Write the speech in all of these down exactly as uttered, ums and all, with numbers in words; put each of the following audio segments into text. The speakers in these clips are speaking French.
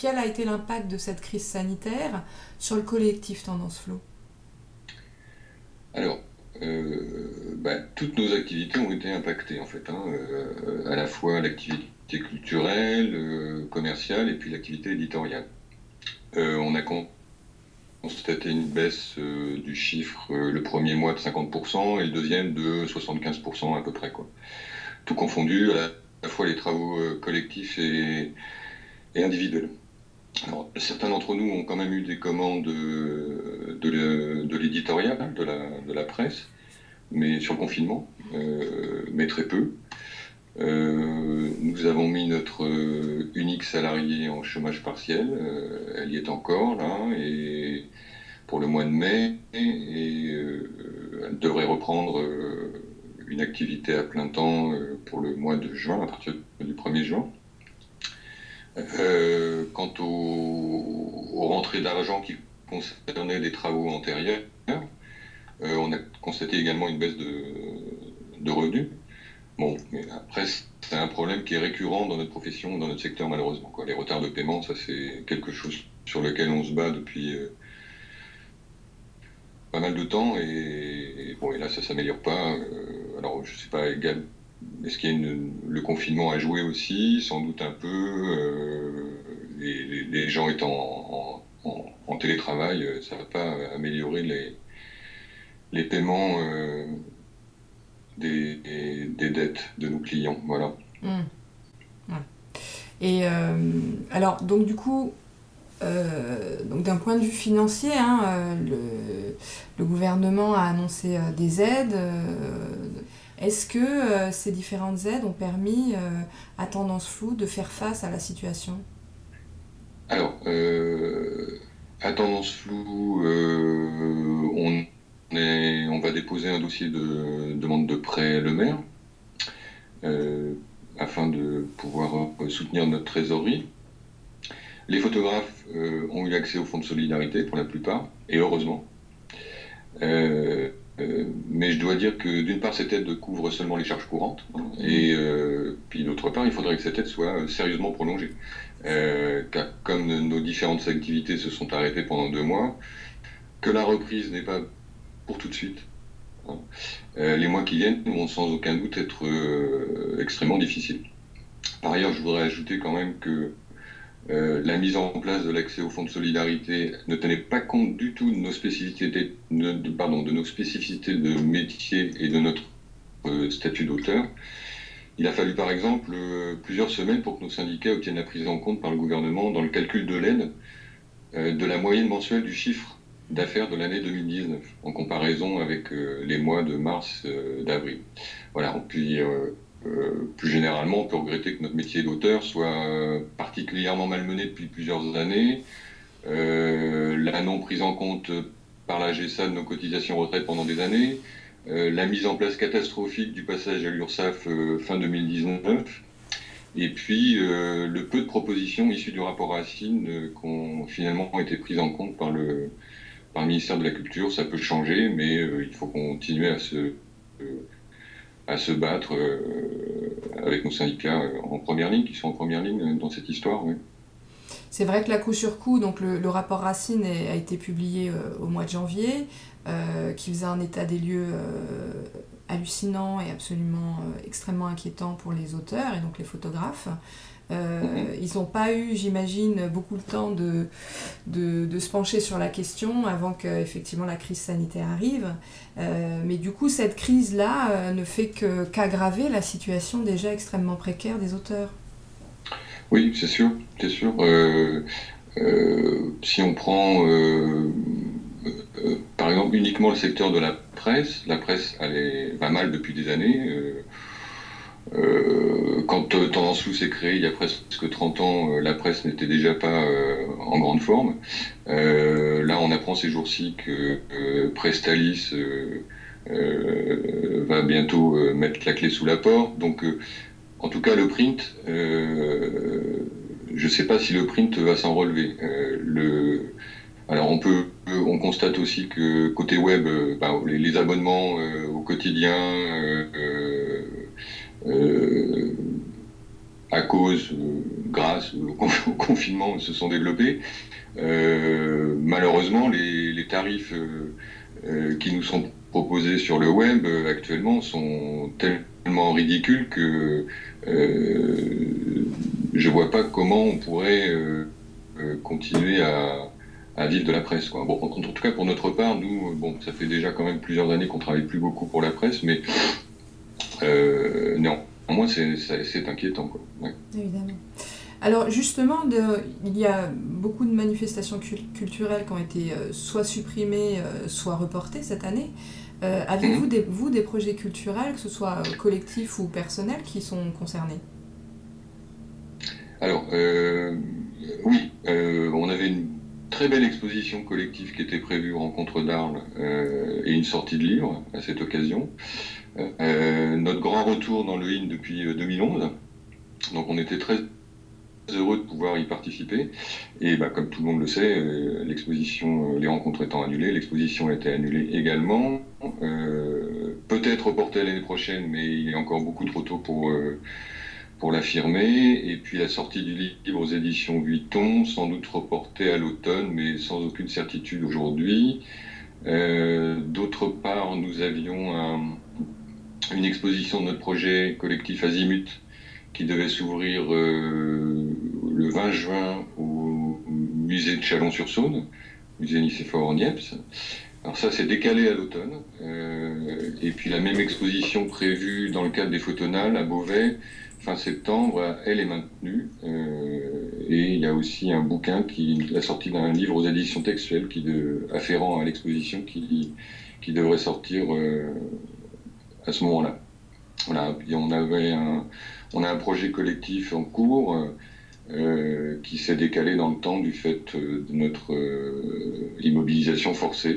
quel a été l'impact de cette crise sanitaire sur le collectif Tendance Flow ? Alors, euh, bah, toutes nos activités ont été impactées en fait, hein, euh, à la fois l'activité culturelle, euh, commerciale et puis l'activité éditoriale. Euh, on a constaté une baisse euh, du chiffre euh, le premier mois de cinquante pour cent et le deuxième de soixante-quinze pour cent à peu près, quoi. Tout confondu, à la, à la fois les travaux euh, collectifs et, et individuels. Alors, certains d'entre nous ont quand même eu des commandes de, de, de l'éditorial, de la, de la presse, mais sur le confinement, euh, mais très peu. Euh, nous avons mis notre euh, unique salariée en chômage partiel, euh, elle y est encore là, et pour le mois de mai, et euh, elle devrait reprendre euh, une activité à plein temps euh, pour le mois de juin, à partir du premier juin. Euh, quant aux, aux rentrées d'argent qui concernaient les travaux antérieurs, euh, on a constaté également une baisse de, de revenus. Bon, mais après, c'est un problème qui est récurrent dans notre profession, dans notre secteur, malheureusement, quoi. Les retards de paiement, ça, c'est quelque chose sur lequel on se bat depuis euh, pas mal de temps, et, et bon, et là, ça s'améliore pas. Euh, alors, je sais pas, égal, est-ce qu'il y a une, le confinement a joué aussi? Sans doute un peu. Euh, les, les, les gens étant en, en, en télétravail, ça va pas améliorer les, les paiements euh, des, des, des dettes de nos clients. Voilà. Mmh. Ouais. Et euh, alors, donc du coup, euh, donc d'un point de vue financier, hein, euh, le, le gouvernement a annoncé euh, des aides. Euh, est-ce que euh, ces différentes aides ont permis euh, à Tendance Flow de faire face à la situation ? Alors, euh, à Tendance Flow, euh, on, est, on va déposer un dossier de demande de prêt le maire, euh, afin de pouvoir euh, soutenir notre trésorerie. Les photographes euh, ont eu accès au fonds de solidarité pour la plupart, et heureusement. Euh, euh, mais je dois dire que d'une part, cette aide couvre seulement les charges courantes, hein, et euh, puis d'autre part, il faudrait que cette aide soit sérieusement prolongée. Euh, car comme nos différentes activités se sont arrêtées pendant deux mois, que la reprise n'est pas pour tout de suite. Hein. Euh, les mois qui viennent vont sans aucun doute être euh, extrêmement difficiles. Par ailleurs, je voudrais ajouter quand même que euh, la mise en place de l'accès au fonds de solidarité ne tenait pas compte du tout de nos spécificités, de, de, pardon, de nos spécificités de métier et de notre euh, statut d'auteur. Il a fallu par exemple euh, plusieurs semaines pour que nos syndicats obtiennent la prise en compte par le gouvernement dans le calcul de l'aide euh, de la moyenne mensuelle du chiffre d'affaires de l'année deux mille dix-neuf, en comparaison avec euh, les mois de mars, euh, d'avril. Voilà, puis euh, euh, plus généralement, on peut regretter que notre métier d'auteur soit euh, particulièrement malmené depuis plusieurs années. Euh, la non prise en compte par la G E S A de nos cotisations retraite pendant des années. Euh, la mise en place catastrophique du passage à l'URSSAF euh, fin deux mille dix-neuf, et puis euh, le peu de propositions issues du rapport Racine euh, qui ont finalement été prises en compte par le, par le ministère de la Culture. Ça peut changer, mais euh, il faut continuer à se, euh, à se battre euh, avec nos syndicats euh, en première ligne, qui sont en première ligne dans cette histoire. Oui. C'est vrai que là, coup sur coup, donc le, le rapport Racine est, a été publié euh, au mois de janvier, euh, qui faisait un état des lieux euh, hallucinant et absolument euh, extrêmement inquiétant pour les auteurs et donc les photographes. Euh, mm-hmm. Ils n'ont pas eu, j'imagine, beaucoup de temps de, de, de se pencher sur la question avant qu'effectivement la crise sanitaire arrive. Euh, mais du coup, cette crise-là euh, ne fait que, qu'aggraver la situation déjà extrêmement précaire des auteurs. Oui, c'est sûr, c'est sûr. Euh, euh, si on prend, euh, euh, par exemple, uniquement le secteur de la presse, la presse elle est, va mal depuis des années. Euh, euh, quand euh, Tendance Flow s'est créé il y a presque trente ans, euh, la presse n'était déjà pas euh, en grande forme. Euh, là, on apprend ces jours-ci que euh, Prestalis euh, euh, va bientôt euh, mettre la clé sous la porte. Donc, euh, en tout cas, le print, euh, je ne sais pas si le print va s'en relever. Euh, le, alors, on peut, on constate aussi que côté web, euh, bah, les, les abonnements euh, au quotidien euh, euh, à cause, euh, grâce au, au confinement, se sont développés. Euh, malheureusement, les, les tarifs euh, euh, qui nous sont proposés sur le web euh, actuellement sont tellement ridicules que euh, je vois pas comment on pourrait euh, euh, continuer à, à vivre de la presse, quoi. Bon, en, en tout cas pour notre part, nous, bon, ça fait déjà quand même plusieurs années qu'on travaille plus beaucoup pour la presse, mais euh, non, moi c'est, c'est, c'est inquiétant, quoi. Ouais. Évidemment. Alors justement, de, il y a beaucoup de manifestations cul- culturelles qui ont été euh, soit supprimées, euh, soit reportées cette année. Euh, avez-vous Mmh. des, vous des projets culturels, que ce soit euh, collectifs ou personnels, qui sont concernés? Alors, euh, oui, euh, on avait une très belle exposition collective qui était prévue, Rencontre d'Arles, euh, et une sortie de livre à cette occasion. Euh, notre grand retour dans le I N depuis deux mille onze, donc on était très heureux de pouvoir y participer. Et bah, comme tout le monde le sait, euh, l'exposition, euh, les rencontres étant annulées, l'exposition a été annulée également. Euh, peut-être reportée l'année prochaine, mais il est encore beaucoup trop tôt pour, euh, pour l'affirmer. Et puis la sortie du livre aux éditions Vuitton, sans doute reportée à l'automne, mais sans aucune certitude aujourd'hui. Euh, d'autre part, nous avions un, une exposition de notre projet collectif Azimut qui devait s'ouvrir euh, le vingt juin au musée de Chalon-sur-Saône, musée Nicéphore-Niepce. Alors ça, c'est décalé à l'automne. Euh, et puis la même exposition prévue dans le cadre des Photonales à Beauvais, fin septembre, elle est maintenue. Euh, et il y a aussi un bouquin, qui, la sortie d'un livre aux éditions textuelles qui de, afférent à l'exposition qui, qui devrait sortir euh, à ce moment-là. Voilà, puis on avait un, on a un projet collectif en cours euh, qui s'est décalé dans le temps du fait de notre euh, immobilisation forcée.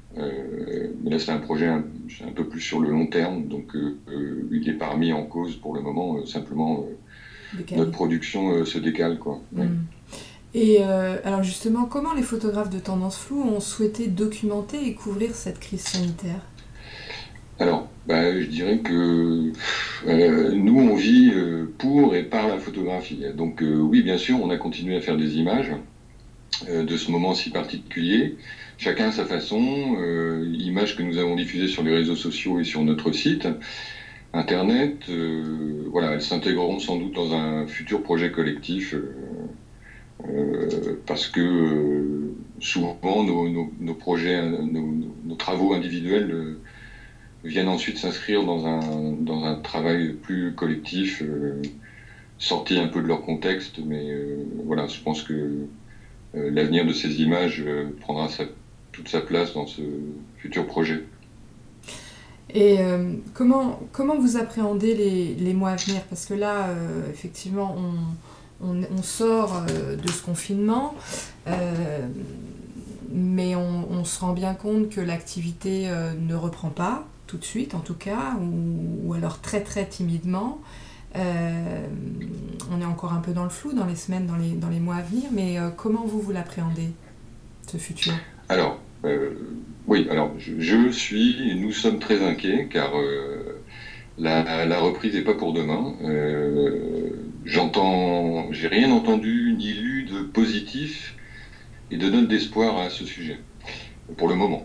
Euh, mais là, c'est un projet un, un peu plus sur le long terme, donc euh, euh, il n'est pas remis en cause pour le moment. Euh, simplement, euh, notre production euh, se décale, quoi. Mmh. Ouais. Et euh, alors justement, comment les photographes de Tendance Floue ont souhaité documenter et couvrir cette crise sanitaire? Alors, bah, je dirais que euh, nous, on vit euh, pour et par la photographie. Donc euh, oui, bien sûr, on a continué à faire des images euh, de ce moment si particulier, chacun à sa façon, euh, images que nous avons diffusées sur les réseaux sociaux et sur notre site Internet. Euh, voilà, elles s'intégreront sans doute dans un futur projet collectif euh, euh, parce que euh, souvent nos, nos, nos projets, nos, nos, travaux individuels euh, viennent ensuite s'inscrire dans un, dans un travail plus collectif, euh, sorti un peu de leur contexte, mais euh, voilà, je pense que euh, l'avenir de ces images euh, prendra sa, toute sa place dans ce futur projet. Et euh, comment, comment vous appréhendez les, les mois à venir? Parce que là, euh, effectivement, on, on, on sort euh, de ce confinement, euh, mais on, on se rend bien compte que l'activité euh, ne reprend pas tout de suite, en tout cas, ou, ou alors très très timidement. Euh, on est encore un peu dans le flou dans les semaines, dans les, dans les mois à venir, mais euh, comment vous, vous l'appréhendez, ce futur? Alors, euh, oui, alors je, je suis, et nous sommes très inquiets, car euh, la, la reprise n'est pas pour demain. Euh, j'entends, j'ai rien entendu ni lu de positif et de note d'espoir à ce sujet, pour le moment.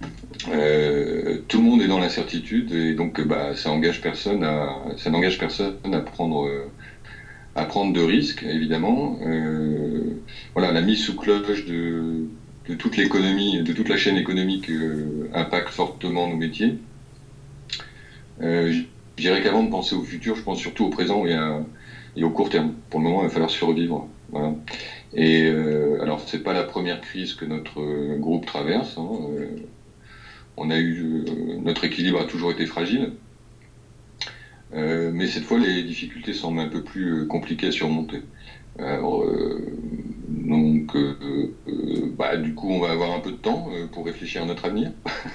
Euh, tout le monde est dans l'incertitude et donc bah, ça engage personne à, ça n'engage personne à prendre, à prendre de risques, évidemment. Euh, voilà, la mise sous cloche de, de toute l'économie, de toute la chaîne économique euh, impacte fortement nos métiers. Euh, je dirais qu'avant de penser au futur, je pense surtout au présent et, à, et au court terme. Pour le moment, il va falloir survivre. Voilà. Et euh, alors, c'est pas la première crise que notre euh, groupe traverse. Hein. Euh, on a eu euh, notre équilibre a toujours été fragile, euh, mais cette fois, les difficultés semblent un peu plus euh, compliquées à surmonter. Alors, euh, donc, euh, euh, bah, du coup, on va avoir un peu de temps euh, pour réfléchir à notre avenir.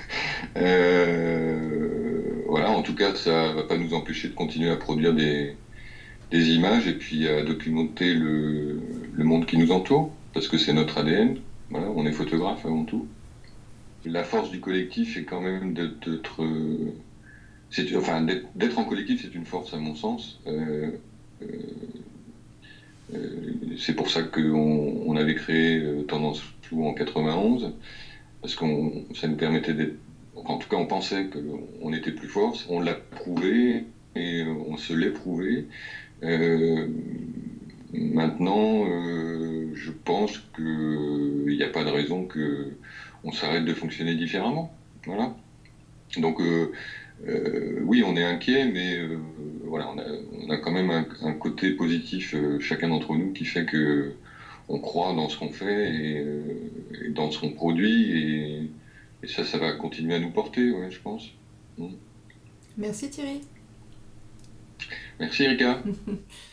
euh, voilà, en tout cas, ça va pas nous empêcher de continuer à produire des, des images et puis à documenter le, le monde qui nous entoure, parce que c'est notre A D N. Voilà, on est photographe avant tout. La force du collectif est quand même d'être, c'est, enfin, d'être en collectif, c'est une force à mon sens. Euh, euh, Euh, c'est pour ça qu'on on avait créé euh, Tendance Floue en quatre-vingt-onze, parce qu'on ça nous permettait d'être... En tout cas, on pensait qu'on était plus fort, on l'a prouvé, et euh, on se l'est prouvé. Euh, Maintenant, euh, je pense qu'il n'y a pas de raison qu'on s'arrête de fonctionner différemment. Voilà. Donc, euh, euh, oui, on est inquiet, mais euh, voilà, on a, on a quand même un, un côté positif, euh, chacun d'entre nous, qui fait que on croit dans ce qu'on fait et, euh, et dans ce qu'on produit, et, et ça, ça va continuer à nous porter, ouais, je pense. Mm. Merci Thierry. Merci, Erika.